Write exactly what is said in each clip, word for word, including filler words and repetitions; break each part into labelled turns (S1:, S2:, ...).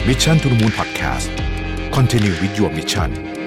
S1: Mission to the Moon Podcast Continue with your mission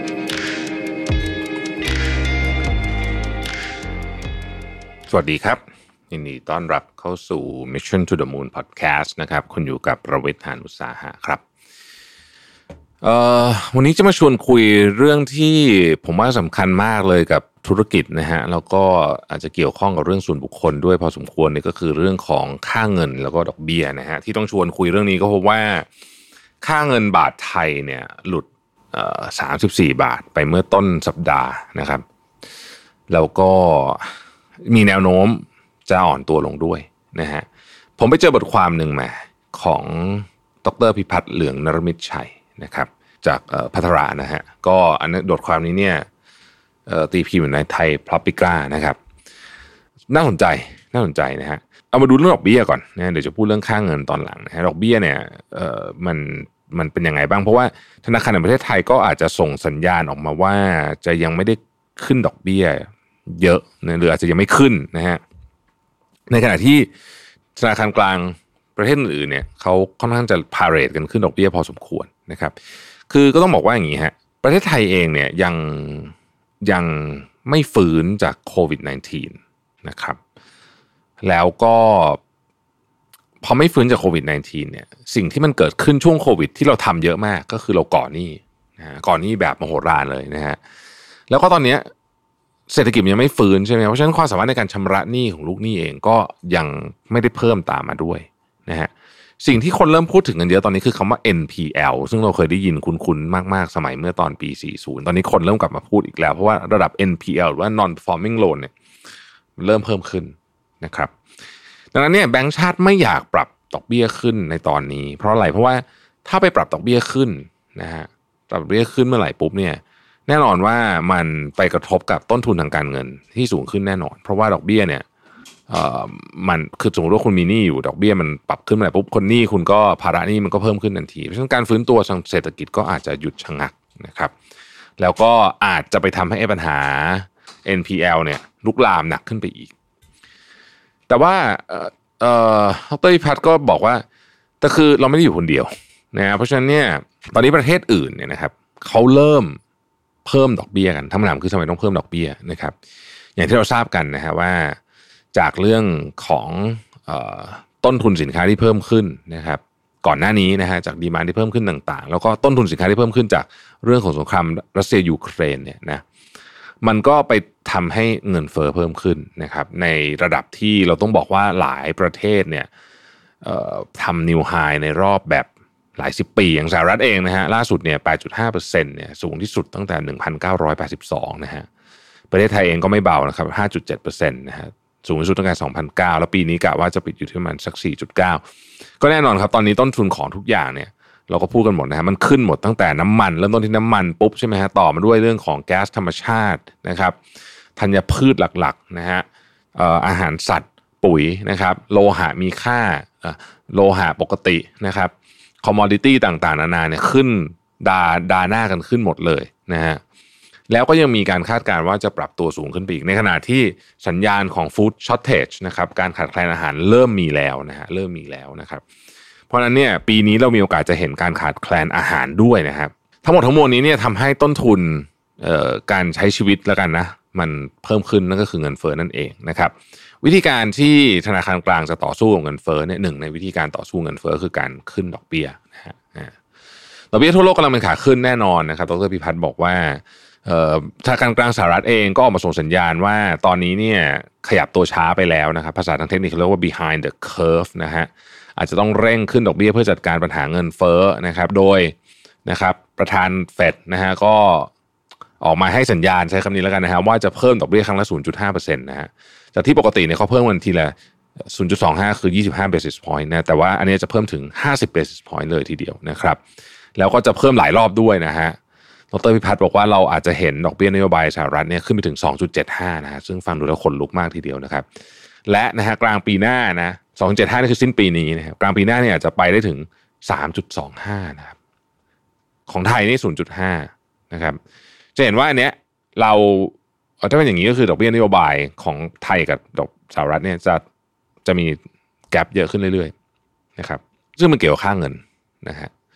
S2: สวัสดีครับยินดีต้อนรับเข้าสู่ Mission to the Moon Podcast นะครับคุณอยู่กับประวิทย์ หาญอุตสาหะครับเอ่อวันนี้จะมาชวนคุยเรื่องที่ผมว่าสำคัญมากเลยกับธุรกิจนะฮะแล้วก็อาจจะเกี่ยวข้องกับเรื่องส่วนบุคคลด้วยพอสมควรนี่ก็คือเรื่องของค่าเงินแล้วก็ดอกเบี้ยนะฮะที่ต้องชวนคุยเรื่องนี้ก็เพราะว่าค่าเงินบาทไทยเนี่ยหลุดเอ่อสามสิบสี่บาทไปเมื่อต้นสัปดาห์นะครับแล้วก็มีแนวโน้มจะอ่อนตัวลงด้วยนะฮะผมไปเจอบทความหนึ่งมาของดร.พิพัฒน์เหลืองนรมิตรชัยนะครับจากภัทรานะฮะก็อันนี้บทความนี้เนี่ยตีพิมพ์ในไทยพลอปิก้านะครับน่าสนใจน่าสนใจนะฮะเอามาดูเรื่องดอกเบี้ยก่อนนะเดี๋ยวจะพูดเรื่องค่าเงินตอนหลังนะฮะดอกเบี้ยเนี่ยเอ่อมันมันเป็นยังไงบ้างเพราะว่าธนาคารแห่งประเทศไทยก็อาจจะส่งสัญญาณออกมาว่าจะยังไม่ได้ขึ้นดอกเบี้ยเยอะนะหรืออาจจะยังไม่ขึ้นนะฮะในขณะที่ธนาคารกลางประเทศอื่นเนี่ยเขาค่อนข้างจะพาเรทกันขึ้นดอกเบี้ยพอสมควรนะครับคือก็ต้องบอกว่าอย่างนี้ฮะประเทศไทยเองเนี่ยยังยังไม่ฟื้นจากโควิด สิบเก้า นะครับแล้วก็พอไม่ฟื้นจากโควิด สิบเก้า เนี่ยสิ่งที่มันเกิดขึ้นช่วงโควิดที่เราทำเยอะมากก็คือเราก่อหนี้นะก่อหนี้แบบมโหฬารเลยนะฮะแล้วก็ตอนนี้เศรษฐกิจยังไม่ฟื้นใช่ไหมเพราะฉะนั้นความสามารถในการชำระหนี้ของลูกหนี้เองก็ยังไม่ได้เพิ่มตามมาด้วยนะฮะสิ่งที่คนเริ่มพูดถึงกันเยอะตอนนี้คือคำว่า เอ็น พี แอล ซึ่งเราเคยได้ยินคุ้นๆมากๆสมัยเมื่อตอนปีสี่สิบตอนนี้คนเริ่มกลับมาพูดอีกแล้วเพราะว่าระดับ เอ็น พี แอล หรือว่า non performing loan เนี่ยมันเริ่มเพิ่มขึ้นนะครับดังนั้นเนี่ยแบงก์ชาติไม่อยากปรับดอกเบี้ยขึ้นในตอนนี้เพราะอะไรเพราะว่าถ้าไปปรับดอกเบี้ยขึ้นนะฮะปรับดอกเบี้ยขึ้นเมื่อไหร่ปุ๊บเนี่ยแน่นอนว่ามันไปกระทบกับต้นทุนทางการเงินที่สูงขึ้นแน่นอนเพราะว่าดอกเบี้ยเนี่ยเอ่อมันคือสมมติว่าคุณมีหนี้อยู่ดอกเบี้ยมันปรับขึ้นเมื่อไหร่ปุ๊บคนหนี้คุณก็ภาระหนี้มันก็เพิ่มขึ้นทันทีเพราะฉะนั้นการฟื้นตัวทางเศรษฐกิจก็อาจจะหยุดชะงักนะครับแล้วก็อาจจะไปทำให้ปัญหา เอ็น พี แอล เนี่ยลุกลามหนักขึ้นไปอีกแต่ว่าเอ่อเอ่อดร.พิพัฒน์ก็บอกว่าแต่คือเราไม่ได้อยู่คนเดียวนะเพราะฉะนั้นเนี่ยตอนนี้ประเทศอื่นเนี่ยนะครับเขาเริ่มเพิ่มดอกเบี้ยกันคำถามคือทำไมต้องเพิ่มดอกเบี้ยนะครับอย่างที่เราทราบกันนะฮะว่าจากเรื่องของเอ่อต้นทุนสินค้าที่เพิ่มขึ้นนะครับก่อนหน้านี้นะฮะจากดีมานด์ที่เพิ่มขึ้นต่างๆแล้วก็ต้นทุนสินค้าที่เพิ่มขึ้นจากเรื่องของสงครามรัสเซียยูเครนเนี่ยนะมันก็ไปทำให้เงินเฟ้อเพิ่มขึ้นนะครับในระดับที่เราต้องบอกว่าหลายประเทศเนี่ยเอ่อทำนิวไฮในรอบแบบหลายสิบปีอย่างสหรัฐเองนะฮะล่าสุดเนี่ย แปดจุดห้าเปอร์เซ็นต์ เนี่ยสูงที่สุดตั้งแต่หนึ่งพันเก้าร้อยแปดสิบสองนะฮะประเทศไทยเองก็ไม่เบานะครับ ห้าจุดเจ็ดเปอร์เซ็นต์ นะฮะสูงที่สุดตั้งแต่สองพันเก้าแล้วปีนี้กะว่าจะปิดอยู่ที่ประมาณสัก สี่จุดเก้า ก็แน่นอนครับตอนนี้ต้นทุนของทุกอย่างเนี่ยเราก็พูดกันหมดนะฮะมันขึ้นหมดตั้งแต่น้ำมันเริ่มต้นที่น้ำมันปุ๊บใช่ไหมฮะต่อมาด้วยเรื่องของแก๊สธรรมชาตินะครับธัญพืชหลักๆนะฮะเอ่ออาหารสัตว์ปุ๋ยนะครับโลหะมีค่าโลหะปกตินะครับคอมมอดิตี้ต่างๆนานาเนี่ยขึ้นดาดาหน้ากันขึ้นหมดเลยนะฮะแล้วก็ยังมีการคาดการณ์ว่าจะปรับตัวสูงขึ้นไปอีกในขณะที่สัญญาณของฟู้ดช็อตเทจนะครับการขาดแคลนอาหารเริ่มมีแล้วนะฮะเริ่มมีแล้วนะครับเพราะฉะนั้นเนี่ยปีนี้เรามีโอกาสจะเห็นการขาดแคลนอาหารด้วยนะครับทั้งหมดทั้งมวลนี้เนี่ยทำให้ต้นทุนเอ่อการใช้ชีวิตแล้วกันนะมันเพิ่มขึ้นนั่นก็คือเงินเฟ้อนั่นเองนะครับวิธีการที่ธนาคารกลางจะต่อสู้กับเงินเฟ้อเนี่ยหนึ่งในวิธีการต่อสู้เงินเฟ้อคือการขึ้นดอกเบี้ยนะฮะดอกเบี้ยทั่วโลกกำลังเป็นขาขึ้นแน่นอนนะครับดร.พิพัฒน์บอกว่าธนาคารกลางสหรัฐเองก็ออกมาส่งสัญญาณว่าตอนนี้เนี่ยขยับตัวช้าไปแล้วนะครับภาษาทางเทคนิคเรียกว่า behind the curve นะฮะอาจจะต้องเร่งขึ้นดอกเบี้ยเพื่อจัดการปัญหาเงินเฟ้อนะครับโดยนะครับประธานเฟดนะฮะก็ออกมาให้สัญญาณใช้คำนี้แล้วกันนะฮะว่าจะเพิ่มดอกเบี้ยครั้งละ ศูนย์จุดห้าเปอร์เซ็นต์ นะฮะจากที่ปกติเนี่ยเขาเพิ่มวันทีละ ศูนย์จุดสองห้า คือยี่สิบห้า basis point นะแต่ว่าอันนี้จะเพิ่มถึงห้าสิบ basis point เลยทีเดียวนะครับแล้วก็จะเพิ่มหลายรอบด้วยนะฮะดร.พิพัฒน์บอกว่าเราอาจจะเห็นดอกเบี้ยนโยบายสหรัฐเนี่ยขึ้นไปถึง สองจุดเจ็ดห้า นะฮะซึ่งฟังดูแล้วขนลุกมากทีเดียวนะครับและนะฮะกลางปีหน้านะ สองจุดเจ็ดห้า นี่คือสิ้นปีนี้นะครับกลางปีหน้าเนี่ยอาจจะไปได้ถึง สามจุดสองห้า นะครับของไทยนี่ ศูนย์จุดห้า นะครับจะเห็นว่าอันเนี้ยเราถ้าเป็นอย่างนี้ก็คือดอกเบี้ยนโยบายของไทยกับดอกสหรัฐเนี่ยจะจะมีแกปเยอะขึ้นเรื่อยๆนะครับซึ่งมันเกี่ยวกับค่าเงินนะฮะ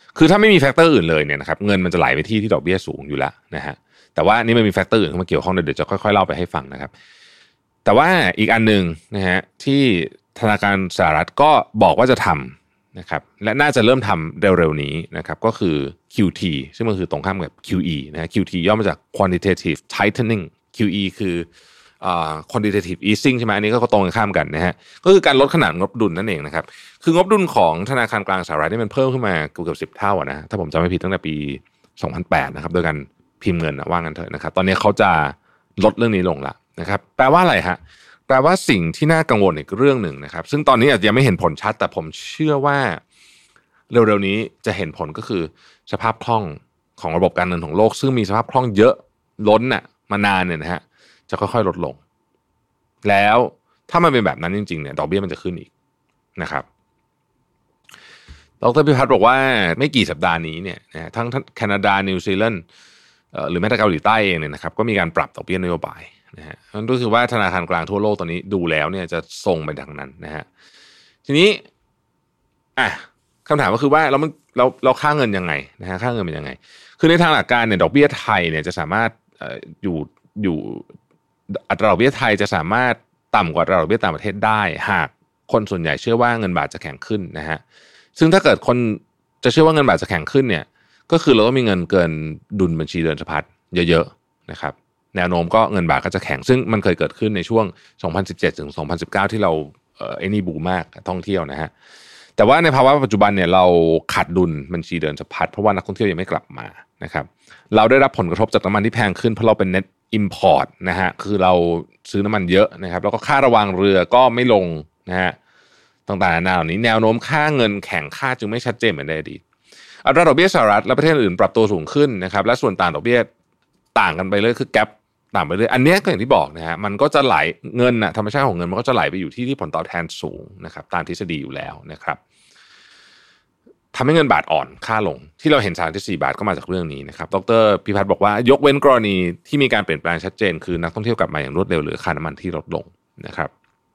S2: คือถ้าไม่มีแฟกเตอร์อื่นเลยเนี่ยนะครับเงินมันจะไหลไปที่ที่ดอกเบี้ยสูงอยู่แล้วนะฮะแต่ว่านี่มันมีแฟกเตอร์อื่นเข้ามาเกี่ยวข้องเดี๋ยวจะค่อยๆเล่าไปให้ฟังนะครับแต่ว่าอีกอันนึงนะฮะที่ธนาคารสหรัฐก็บอกว่าจะทำนะครับและน่าจะเริ่มทำเร็วๆนี้นะครับก็คือ คิว ที ซึ่งมันคือตรงข้ามกับ คิว อี นะฮะ คิว ที ย่อมาจาก quantitative tightening คิว อี คืออ่า quantitative easing ใช่ไหมอันนี้ก็ตรงกันข้ามกันนะฮะก็คือการลดขนาดงบดุลนั่นเองนะครับคืองบดุลของธนาคารกลางสหรัฐนี่มันเพิ่มขึ้นมาเกือบสิบเท่านะถ้าผมจำไม่ผิดตั้งแต่ปีสองพันแปดนะครับโดยการพิมพ์เงินนะว่างั้นเถอะนะครับตอนนี้เขาจะลดเรื่องนี้ลงละนะครับแปลว่าอะไรฮะแปลว่าสิ่งที่น่ากังวลอีกเรื่องหนึ่งนะครับซึ่งตอนนี้อาจจะยังไม่เห็นผลชัดแต่ผมเชื่อว่าเร็วๆนี้จะเห็นผลก็คือสภาพคล่องของระบบการเงินของโลกซึ่งมีสภาพคล่องเยอะล้นน่ะมานานเนี่ยนะฮะจะค่อยๆลดลงแล้วถ้ามันเป็นแบบนั้นจริงๆเนี่ยดอกเบี้ยมันจะขึ้นอีกนะครับดร.พิพัฒน์บอกว่าไม่กี่สัปดาห์นี้เนี่ยนะทั้งแคนาดานิวซีแลนด์หรือแม้แต่เกาหลีใต้เองเนี่ยนะครับก็มีการปรับดอกเบี้ยนโยบายนะฮะนั่นก็คือว่าธนาคารกลางทั่วโลกตอนนี้ดูแล้วเนี่ยจะส่งไปดังนั้นนะฮะทีนี้อ่ะคำถามก็คือว่าเรามันเราเราค่าเงินยังไงนะฮะค่าเงินเป็นยังไงคือในทางหลักการเนี่ยดอกเบี้ยไทยเนี่ยจะสามารถเอ่ออยู่อยู่อัตราดอกเบี้ยไทยจะสามารถต่ำกว่าอัตราดอกเบี้ยต่างประเทศได้หากคนส่วนใหญ่เชื่อว่าเงินบาทจะแข็งขึ้นนะฮะซึ่งถ้าเกิดคนจะเชื่อว่าเงินบาทจะแข็งขึ้นเนี่ยก็คือเราต้องมีเงินเกินดุลบัญชีเดินสะพัดเยอะๆนะครับแนวโน้มก็เงินบาทก็จะแข็งซึ่งมันเคยเกิดขึ้นในช่วงสองพันสิบเจ็ดถึงสองพันสิบเก้าที่เราเอ่อไอ้นี่บูมมากท่องเที่ยวนะฮะแต่ว่าในภาวะปัจจุบันเนี่ยเราขาดดุลบัญชีเดินสะพัดเพราะว่านักท่องเที่ยวยังไม่กลับมานะครับเราได้รับผลกระทบจากน้ำมันที่แพงขึ้นเพราะเราเป็น net import นะฮะคือเราซื้อน้ำมันเยอะนะครับแล้วก็ค่าระวางเรือก็ไม่ลงนะฮะต่างๆนานาเหล่านี้แนวโน้มค่าเงินแข็งค่าจึงไม่ชัดเจนเหมือนในอดีตอัตราดอกเบี้ยสหรัฐและประเทศอื่นปรับตัวสูงขึ้นนะครับและส่วนต่างดอกเบี้ยต่างกันไปเลยคือแกปต่างไปเลยอันนี้ก็อย่างที่บอกนะฮะมันก็จะไหลเงินน่ะธรรมชาติของเงินมันก็จะไหลไปอยู่ที่ที่ผลตอบแทนสูงนะครับตามทฤษฎีอยู่แล้วนะครับทำให้เงินบาทอ่อนค่าลงที่เราเห็นสามสิบสี่บาทก็มาจากเรื่องนี้นะครับดร.พิพัฒน์บอกว่ายกเว้นกรณีที่มีการเปลี่ยนแปลงชัดเจนคือนักท่องเที่ยวกลับมาอย่างรวดเร็วหรือค่าน้ำมันที่ลดลงนะครับ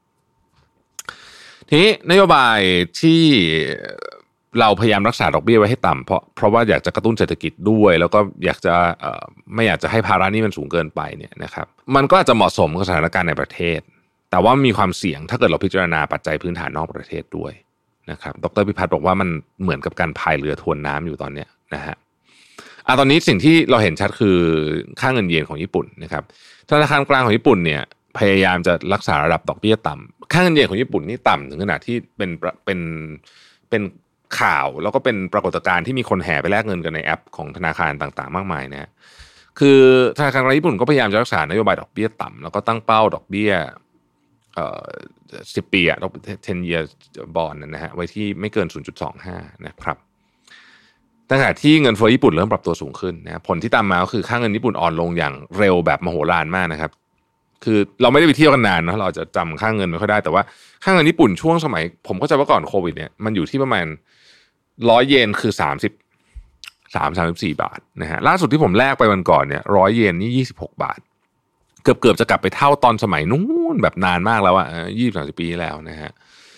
S2: ทีนี้นโยบายที่เราพยายามรักษาดอกเบี้ยไว้ให้ต่ำเพราะเพราะว่าอยากจะกระตุ้นเศรษฐกิจด้วยแล้วก็อยากจะเอ่อไม่อยากจะให้ภาระนี้มันสูงเกินไปเนี่ยนะครับมันก็อาจจะเหมาะสมกับสถานการณ์ในประเทศแต่ว่ามีความเสี่ยงถ้าเกิดเราพิจารณาปัจจัยพื้นฐานนอกประเทศด้วยนะครับดร.พิพัฒน์บอกว่ามันเหมือนกับการพายเรือทวนน้ำอยู่ตอนนี้นะฮะอ่ะตอนนี้สิ่งที่เราเห็นชัดคือค่าเงินเยนของญี่ปุ่นนะครับธนาคารกลางของญี่ปุ่นเนี่ยพยายามจะรักษาระดับดอกเบี้ยต่ำค่าเงินเยนของญี่ปุ่นนี่ต่ำถึงขนาดที่เป็นเป็นเป็นข่าวแล้วก็เป็นปรากฏการณ์ที่มีคนแห่ไปแลกเงินกันในแอปของธนาคารต่างๆมากมายนะฮะคือธนาคารกลางญี่ปุ่นก็พยายามจะรักษานโยบายดอกเบี้ยต่ำแล้วก็ตั้งเป้าดอกเบี้ยเอ่อสิบปีอะดอกสิบ year bond นะฮะไว้ที่ไม่เกิน ศูนย์จุดสองห้า นะครับตั้งแต่ที่เงินเฟ้อญี่ปุ่นเริ่มปรับตัวสูงขึ้นนะผลที่ตามมาก็คือค่าเงินญี่ปุ่นอ่อนลงอย่างเร็วแบบมโหฬารมากนะครับคือเราไม่ได้ไปเที่ยวกันนานนะเราจะจำค่าเงินไม่ค่อยได้แต่ว่าค่าเงินญี่ปุ่นช่วงสมัยผมก็จะว่าก่อนโควิดเนี่ยมันอยู่ที่ประมาณร้อยเยนคือสามสิบ สาม สามสิบสี่บาทนะฮะล่าสุดที่ผมแลกไปวันก่อนเนี่ยร้อยเยนนี่ยี่สิบหกบาทเกือบๆจะกลับไปเท่าตอนสมัยนู้นแบบนานมากแล้วอะยี่สิบ สามสิบปีแล้วนะฮะ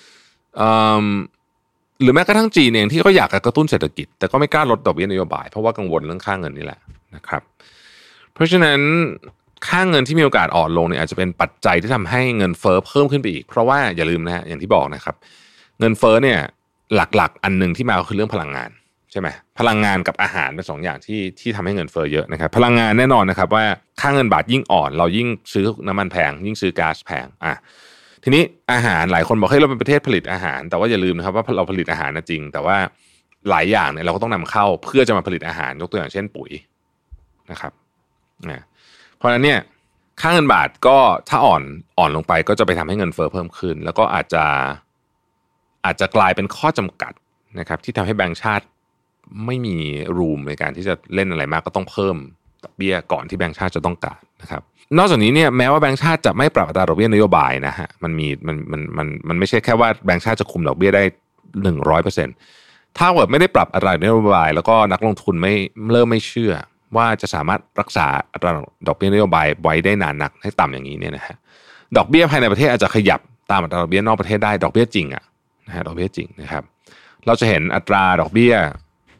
S2: หรือแม้กระทั่งจีนเองที่เขาอยากกระตุ้นเศรษฐกิจแต่ก็ไม่กล้าลดดอกเบี้ยนโยบายเพราะว่ากังวลเรื่องค่าเงินนี่แหละนะครับเพราะฉะนั้นค่าเงินที่มีโอกาสอ่อนลงเนี่ยอาจจะเป็นปัจจัยที่ทำให้เงินเฟ้อเพิ่มขึ้นไปอีกเพราะว่าอย่าลืมนะฮะอย่างที่บอกนะครับเงินเฟ้อเนี่ยหลักๆอันนึงที่มาก็คือเรื่องพลังงานใช่ไหมพลังงานกับอาหารเป็นสองอย่างที่ที่ทำให้เงินเฟ้อเยอะนะครับพลังงานแน่นอนนะครับว่าค่าเงินบาทยิ่งอ่อนเรายิ่งซื้อน้ำมันแพงยิ่งซื้อก๊าซแพงอ่ะทีนี้อาหารหลายคนบอกให้เราเป็นประเทศผลิตอาหารแต่ว่าอย่าลืมนะครับว่าเราผลิตอาหารนะจริงแต่ว่าหลายอย่างเนี่ยเราก็ต้องนำเข้าเพื่อจะมาผลิตอาหารยกตัวอย่างเช่นปุ๋ยนะครับนะเพราะฉะนั้นเนี่ยค่าเงินบาทก็ถ้าอ่อนอ่อนลงไปก็จะไปทำให้เงินเฟ้อเพิ่มขึ้นแล้วก็อาจจะอาจจะกลายเป็นข้อจำกัดนะครับที่ทำให้แบงก์ชาติไม่มีรูมในการที่จะเล่นอะไรมากก็ต้องเพิ่มดอกเบี้ยก่อนที่แบงก์ชาติจะต้องการนะครับนอกจากนี้เนี่ยแม้ว่าแบงก์ชาติจะไม่ปรับอัตราดอกเบี้ยนโยบายนะฮะมันมีมันมันมันมันไม่ใช่แค่ว่าแบงก์ชาติจะคุมดอกเบี้ยได้ หนึ่งร้อยเปอร์เซ็นต์ ถ้าเกิดไม่ได้ปรับอัตรานโยบายแล้วก็นักลงทุนไม่เริ่มไม่เชื่อว่าจะสามารถรักษาอัตราดอกเบี้ยนโยบายไว้ได้นานนักให้ต่ำอย่างนี้เนี่ยนะฮะดอกเบี้ยภายในประเทศอาจจะขยับตามอัตราดอกเบี้ยนอกประเทศได้ดอกเบี้ยจริงอ่ะนะฮะดอกเบี้ยจริงนะครับเราจะเห็นอัตราดอกเบี้ย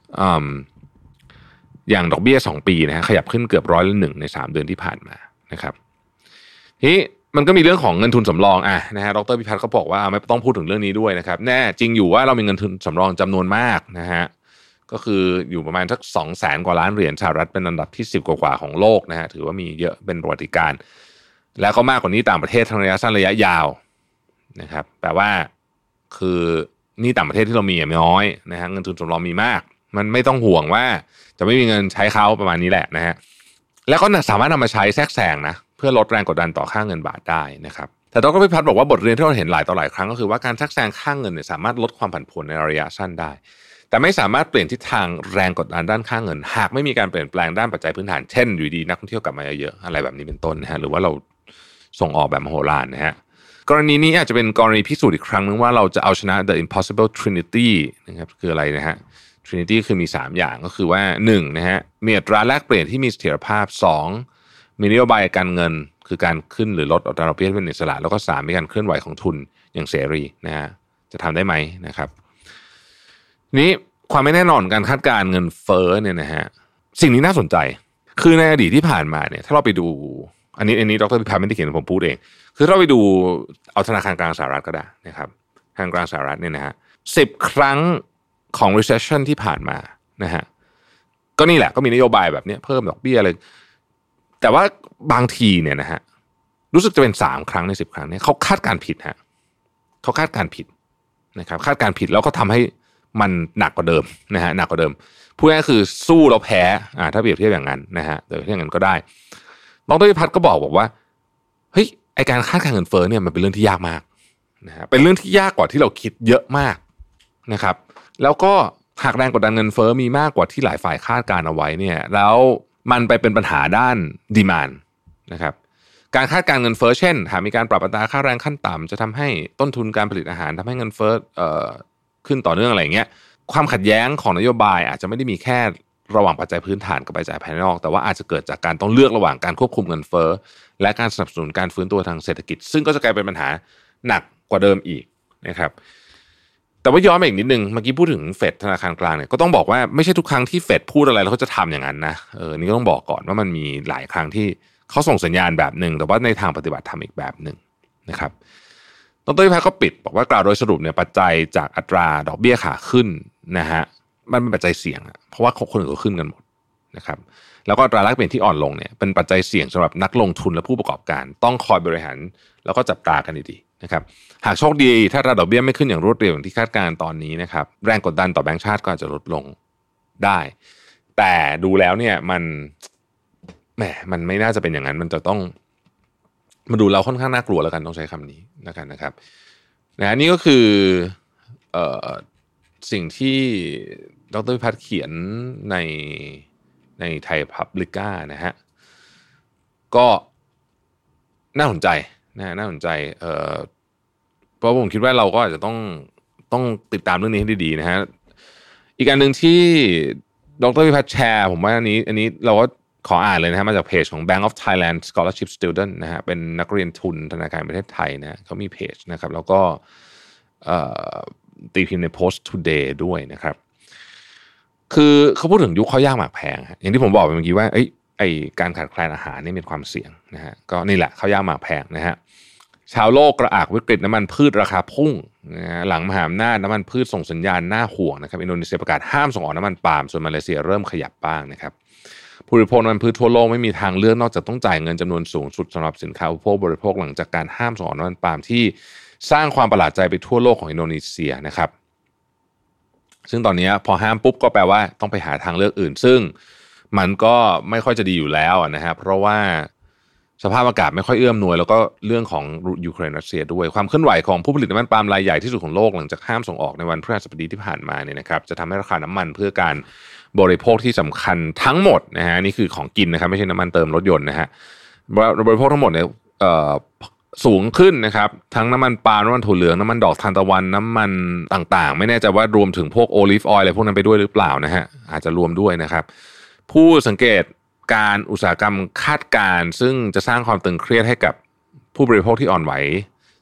S2: อย่างดอกเบี้ยสองปีนะฮะขยับขึ้นเกือบร้อยละหนึ่งในสามเดือนที่ผ่านมานะครับทีนี้มันก็มีเรื่องของเงินทุนสำรองอ่ะนะฮะดร.พิพัฒน์ก็บอกว่าไม่ต้องพูดถึงเรื่องนี้ด้วยนะครับแน่จริงอยู่ว่าเรามีเงินทุนสำรองจำนวนมากนะฮะก็คืออยู่ประมาณสักสองแสนกว่าล้านเหรียญสหรัฐเป็นอันดับที่สิบกว่าๆของโลกนะฮะถือว่ามีเยอะเป็นประวัติการณ์แล้วก็มากกว่านี้ต่างประเทศทั้งระยะสั้นระยะยาวนะครับแต่ว่าคือนี่ต่างประเทศที่เรามีน้อยนะฮะเงินทุนสำรองมีมากมันไม่ต้องห่วงว่าจะไม่มีเงินใช้เขาประมาณนี้แหละนะฮะแล้วก็สามารถนำมาใช้แทรกแซงนะเพื่อลดแรงกดดันต่อค่าเงินบาทได้นะครับแต่ดร.พิพัฒน์บอกว่าบทเรียนที่เราเห็นหลายต่อหลายครั้งก็คือว่าการแทรกแซงค่าเงินเนี่ยสามารถลดความผันผวนในระยะสั้นได้แต่ไม่สามารถเปลี่ยนทิศทางแรงกดดันด้านค่าเงินหากไม่มีการเปลี่ยนแปลงด้านปัจจัยพื้นฐานเช่นอยู่ดีนักท่องเที่ยวกลับมาเยอะๆอะไรแบบนี้เป็นต้นนะฮะหรือว่าเราส่งออกแบบมโหฬารนะฮะกรณีนี้อาจจะเป็นกรณีพิสูจน์อีกครั้งนึงว่าเราจะเอาชนะ the impossible trinity นะครับคืออะไรนะฮะ trinity คือมีสามอย่างก็คือว่าหนึ่งนะฮะมีอัตราแลกเปลี่ยนที่มีเสถียรภาพสองมีนโยบายการเงินคือการขึ้นหรือลดอัตราดอกเบี้ยเป็นอิสระแล้วก็สามมีการเคลื่อนไหวของทุนอย่างเสรีนะฮะจะทำได้ไหมนะครับนี้ความไม่แน่นอนการคาดการณ์เงินเฟ้อเนี่ยนะฮะสิ่งนี้น่าสนใจคือในอดีตที่ผ่านมาเนี่ยถ้าเราไปดูอันนี้อันนี้ดร.พิพัฒน์ไม่ได้เขียนผมพูดเองคือเราไปดูเอาธนาคารกลางสหรัฐก็ได้นะครับธนาคารกลางสหรัฐเนี่ยนะฮะสิบครั้งของ recession ที่ผ่านมานะฮะก็นี่แหละก็มีนโยบายแบบนี้เพิ่มดอกเบี้ยอะไรแต่ว่าบางทีเนี่ยนะฮะรู้สึกจะเป็นสามครั้งในสิบครั้งเนี่ยเขาคาดการผิดฮะเขาคาดการผิดนะครับคาดการผิดแล้วก็ทำให้มันหนักกว่าเดิมนะฮะหนักกว่าเดิมพูดง่ายๆคือสู้แล้วแพ้อ่าถ้าเปรียบเทียบอย่างนั้นนะฮะเปรียบเทียบอย่างนั้นก็ได้ดร.พิพัฒน์ก็บอกบอกว่าเฮ้ยไอการคาดการณ์เงินเฟ้อเนี่ยมันเป็นเรื่องที่ยากมากนะฮะเป็นเรื่องที่ยากกว่าที่เราคิดเยอะมากนะครับแล้วก็หากแรงกดดันเงินเฟ้อมีมากกว่าที่หลายฝ่ายคาดการเอาไว้เนี่ยแล้วมันไปเป็นปัญหาด้านดีมานด์นะครับการคาดการณ์เงินเฟ้อเช่นหากมีการปรับอัตราค่าแรงขั้นต่ำจะทำให้ต้นทุนการผลิตอาหารทำให้เงินเฟ้อเอ่อขึ้นต่อเนื่องอะไรอย่างเงี้ยความขัดแย้งของนโยบายอาจจะไม่ได้มีแค่ระหว่างปัจจัยพื้นฐานกับปัจจัยภายนอกแต่ว่าอาจจะเกิดจากการต้องเลือกระหว่างการควบคุมเงินเฟ้อและการสนับสนุนการฟื้นตัวทางเศรษฐกิจซึ่งก็จะกลายเป็นปัญหาหนักกว่าเดิมอีกนะครับแต่ว่าย้อนไปอีกนิดนึงเมื่อกี้พูดถึงเฟดธนาคารกลางเนี่ยก็ต้องบอกว่าไม่ใช่ทุกครั้งที่เฟดพูดอะไรแล้วเขาจะทำอย่างนั้นนะเออนี่ก็ต้องบอกก่อนว่ามันมีหลายครั้งที่เขาส่งสัญญาณแบบนึงแต่ว่าในทางปฏิบัติทำอีกแบบนึงนะครับดร.พิพัฒน์ก็ปิดบอกว่ากล่าวโดยสรุปเนี่ยปัจจัยจากอัตราดอกเบี้ยขาขึ้นนะฮะมันเป็นปัจจัยเสี่ยงเพราะว่าคนอื่นก็ขึ้นกันหมดนะครับแล้วก็อัตราแลกเปลี่ยนที่อ่อนลงเนี่ยเป็นปัจจัยเสี่ยงสำหรับนักลงทุนและผู้ประกอบการต้องคอยบริหารแล้วก็จับตากันดีๆนะครับหากโชคดีถ้าอัตราดอกเบี้ยไม่ขึ้นอย่างรวดเร็วอย่างที่คาดการณ์ตอนนี้นะครับแรงกดดันต่อแบงก์ชาติก็อาจจะลดลงได้แต่ดูแล้วเนี่ยมันแหมมันไม่น่าจะเป็นอย่างนั้นมันจะต้องมาดูเราค่อนข้างน่ากลัวแล้วกันต้องใช้คำนี้นะครับนะครับนะนี่ก็คือเอ่อสิ่งที่ดร.พิพัฒน์เขียนในในไทยพับลิก้านะฮะก็น่าสนใจนะน่าสนใจเอ่อเพราะผมคิดว่าเราก็อาจจะต้องต้องติดตามเรื่องนี้ให้ดีๆนะฮะอีกอันหนึ่งที่ดร.พิพัฒน์แชร์ผมว่าอันนี้อันนี้เราก็ขออ่านเลยนะฮะมาจากเพจของ Bank of Thailand Scholarship Student นะฮะเป็นนักเรียนทุนธนาคารประเทศไทยนะเขามีเพจนะครับแล้วก็เอ่อตีพิมพ์ใน Post Today ด้วยนะครับคือเขาพูดถึงยุคข้าวยากหมากแพงอย่างที่ผมบอกไปเมื่อกี้ว่าไอ้ไอ้การขาดแคลนอาหารนี่เป็นความเสี่ยงนะฮะก็นี่แหละข้าวยากหมากแพงนะฮะชาวโลกกระอักวิกฤตน้ำมันพืชราคาพุ่งนะฮะหลังมหาอำนาจน้ำมันพืชส่งสัญญาณน่าห่วงนะครับอินโดนีเซียประกาศห้ามส่งออกน้ำมันปาล์มส่วนมาเลเซียเริ่มขยับบ้างนะครับผู้บริโภคน้ำมันพืชทั่วโลกไม่มีทางเลือกนอกจากต้องจ่ายเงินจำนวนสูงสุดสำหรับสินค้าอุปโภคบริโภคหลังจากการห้ามส่งออกน้ำมันปาล์มที่สร้างความประหลาดใจไปทั่วโลกของอินโดนีเซียนะครับซึ่งตอนนี้พอห้ามปุ๊บก็แปลว่าต้องไปหาทางเลือกอื่นซึ่งมันก็ไม่ค่อยจะดีอยู่แล้วนะฮะเพราะว่าสภาพอากาศไม่ค่อยเอื้อมหน่วยแล้วก็เรื่องของยูเครนรัสเซียด้วยความเคลื่อนไหวของผู้ผลิตน้ำมันปาล์มรายใหญ่ที่สุดของโลกหลังจากห้ามส่งออกในวันพฤหัสบดีที่ผ่านมาเนี่ยนะครับจะทำให้ราคาน้ำมันเพื่อการบริโภคที่สำคัญทั้งหมดนะฮะนี่คือของกินนะครับไม่ใช่น้ำมันเติมรถยนต์นะฮะบริโภคทั้งหมดเนี่ยเอ่อสูงขึ้นนะครับทั้งน้ำมันปาล์มน้ำมันถั่วเหลืองน้ำมันดอกทานตะวันน้ำมันต่างๆไม่แน่ใจว่ารวมถึงพวกโอลิฟออยล์อะไรพวกนั้นไปด้วยหรือเปล่านะฮะอาจจะรวมด้วยนะครับผู้สังเกตการอุตสาหกรรมคาดการณ์ซึ่งจะสร้างความตึงเครียดให้กับผู้บริโภคที่อ่อนไหว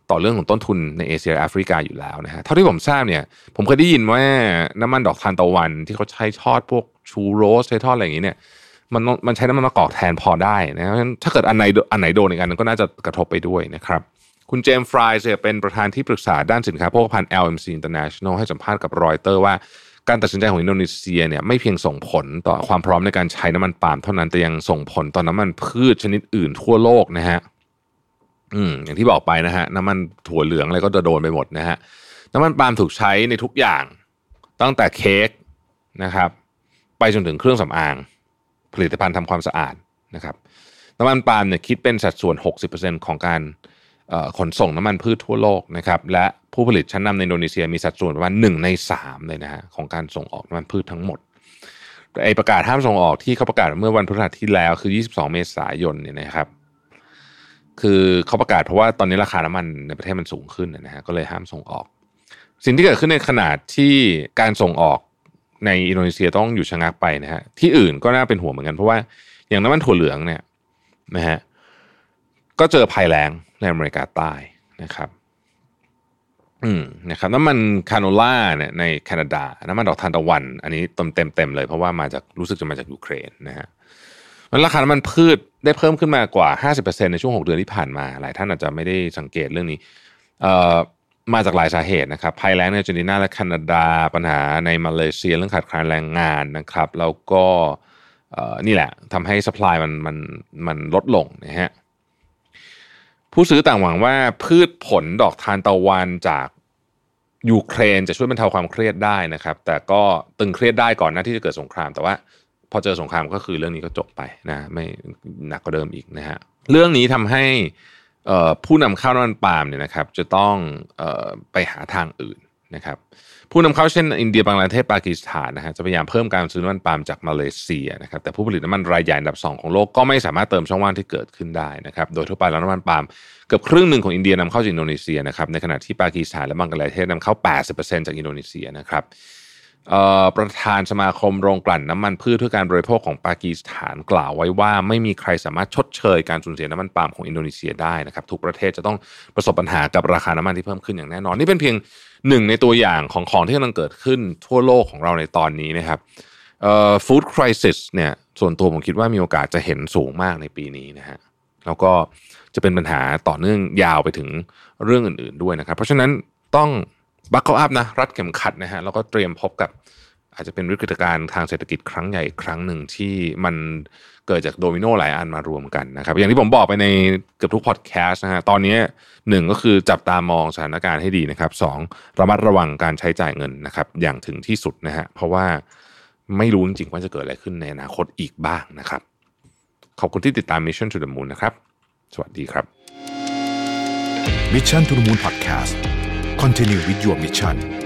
S2: ต่อเรื่องของต้นทุนในเอเชียแอฟริกาอยู่แล้วนะฮะเท่าที่ผมทราบเนี่ยผมเคยได้ยินว่าน้ำมันดอกทานตะวันที่เขาใช้ทอดพวกชูโรสใช้ทอดอะไรอย่างนี้เนี่ยมันมันใช้น้ำมันมะกอกแทนพอได้นะเพราะฉะนั้นถ้าเกิดอันไหนอันไหนโดนอีกอันนึงก็น่าจะกระทบไปด้วยนะครับคุณเจมส์ฟรายส์เป็นประธานที่ปรึกษาด้านสินค้าโภคภัณฑ์ แอล เอ็ม ซี International ให้สัมภาษณ์กับรอยเตอร์ว่าการตัดสินใจของอินโดนีเซียเนี่ยไม่เพียงส่งผลต่อความพร้อมในการใช้น้ำมันปาล์มเท่านั้นแต่ยังส่งผลต่อน้ำมันพืชชนิดอื่นทั่วโลกนะฮะอืมอย่างที่บอกไปนะฮะน้ำมันถั่วเหลืองอะไรก็จะโดนไปหมดนะฮะน้ำมันปาล์มถูกใช้ในทุกอย่างตั้งแต่เค้กนะครับไปจนถึงเครื่องสำอางผลิตภัณฑ์ทำความสะอาดนะครับน้ำมันปาล์มเนี่ยคิดเป็นสัดส่วน หกสิบเปอร์เซ็นต์ ของการขนส่งน้ำมันพืชทั่วโลกนะครับและผู้ผลิตชั้นนำในอินโดนีเซียมีสัดส่วนประมาณหนึ่งในสามเลยนะฮะของการส่งออกน้ำมันพืชทั้งหมดไอประกาศห้ามส่งออกที่เขาประกาศเมื่อวันพฤหัสที่แล้วคือยี่สิบสองเมษายนเนี่ยนะครับคือเขาประกาศเพราะว่าตอนนี้ราคาน้ำมันในประเทศมันสูงขึ้นนะฮะก็เลยห้ามส่งออกสิ่งที่เกิดขึ้นในขณะที่การส่งออกในอินโดนีเซียต้องอยู่ชะงักไปนะฮะที่อื่นก็น่าเป็นห่วงเหมือนกันเพราะว่าอย่างน้ำมันถั่วเหลืองเนี่ยนะฮะก็เจอภัยแล้งในอเมริกาใต้นะครับอืมนะครับน้ำมันคาโนล่าเนี่ยในแคนาดาน้ำมันดอกทานตะวันอันนี้เต็มเต็มเต็มเลยเพราะว่ามาจากรู้สึกจะมาจากยูเครนนะฮะมันราคาน้ำมันพืชได้เพิ่มขึ้นมากว่า ห้าสิบเปอร์เซ็นต์ ในช่วงหกเดือนที่ผ่านมาหลายท่านอาจจะไม่ได้สังเกตเรื่องนี้เอ่อมาจากหลายสาเหตุนะครับภัยแล้งในอาร์เจนตินาและแคนาดาปัญหาในมาเลเซียเรื่องขาดแคลนแรงงานนะครับแล้วก็เอ่อนี่แหละทำให้ซัพพลายมันมันมันลดลงนะฮะผู้ซื้อต่างหวังว่าพืชผลดอกทานตะวันจากยูเครนจะช่วยบรรเทาความเครียดได้นะครับแต่ก็ตึงเครียดได้ก่อนหน้าที่จะเกิดสงครามแต่ว่าพอเจอสงครามก็คือเรื่องนี้ก็จบไปนะไม่หนักกว่าเดิมอีกนะฮะเรื่องนี้ทำให้ผู้นำเข้าน้ำมันปาล์มเนี่ยนะครับจะต้องเอ่อไปหาทางอื่นนะครับผู้นำเข้าเช่นอินเดียบังกลาเทศปากีสถานนะฮะจะพยายามเพิ่มการซื้อน้ำมันปาล์มจากมาเลเซียนะครับแต่ผู้ผลิตน้ำมันรายใหญ่อันดับสองของโลกก็ไม่สามารถเติมช่องว่างที่เกิดขึ้นได้นะครับโดยทั่วไปแล้วน้ำมันปาล์มเกือบครึ่งหนึ่งของอินเดียนำเข้าจากอินโดนีเซียนะครับในขณะที่ปากีสถานและบังกลาเทศนำเข้า แปดสิบเปอร์เซ็นต์ จากอินโดนีเซียนะครับประธานสมาคมโรงกลั่นน้ำมันพืชเพื่อการบริโภคของปากีสถานกล่าวไว้ว่าไม่มีใครสามารถชดเชยการสูญเสียน้ำมันปาล์มของอินโดนีเซียได้นะครับทุกประเทศจะต้องประสบปัญหากับราคาน้ำมันที่เพิ่มขึ้นอย่างแน่นอนนี่เป็นเพียงหนึ่งในตัวอย่างของของที่กำลังเกิดขึ้นทั่วโลกของเราในตอนนี้นะครับเอ่อ food crisis เนี่ยส่วนตัวผมคิดว่ามีโอกาสจะเห็นสูงมากในปีนี้นะฮะแล้วก็จะเป็นปัญหาต่อเนื่องยาวไปถึงเรื่องอื่นๆด้วยนะครับเพราะฉะนั้นต้องบัคเกิลอัพนะรัดเข็มขัดนะฮะแล้วก็เตรียมพบกับอาจจะเป็นวิกฤตการณ์ทางเศรษฐกิจครั้งใหญ่ครั้งหนึ่งที่มันเกิดจากโดมิโนหลายอันมารวมกันนะครับอย่างที่ผมบอกไปในเกือบทุกพอดแคสต์นะฮะตอนนี้หนึ่งก็คือจับตามองสถานการณ์ให้ดีนะครับสองระมัดระวังการใช้จ่ายเงินนะครับอย่างถึงที่สุดนะฮะเพราะว่าไม่รู้จริงๆว่าจะเกิดอะไรขึ้นในอนาคตอีกบ้างนะครับขอบคุณที่ติดตาม Mission to the Moon นะครับสวัสดีครับ
S1: Mission to the Moon Podcast Continue with your mission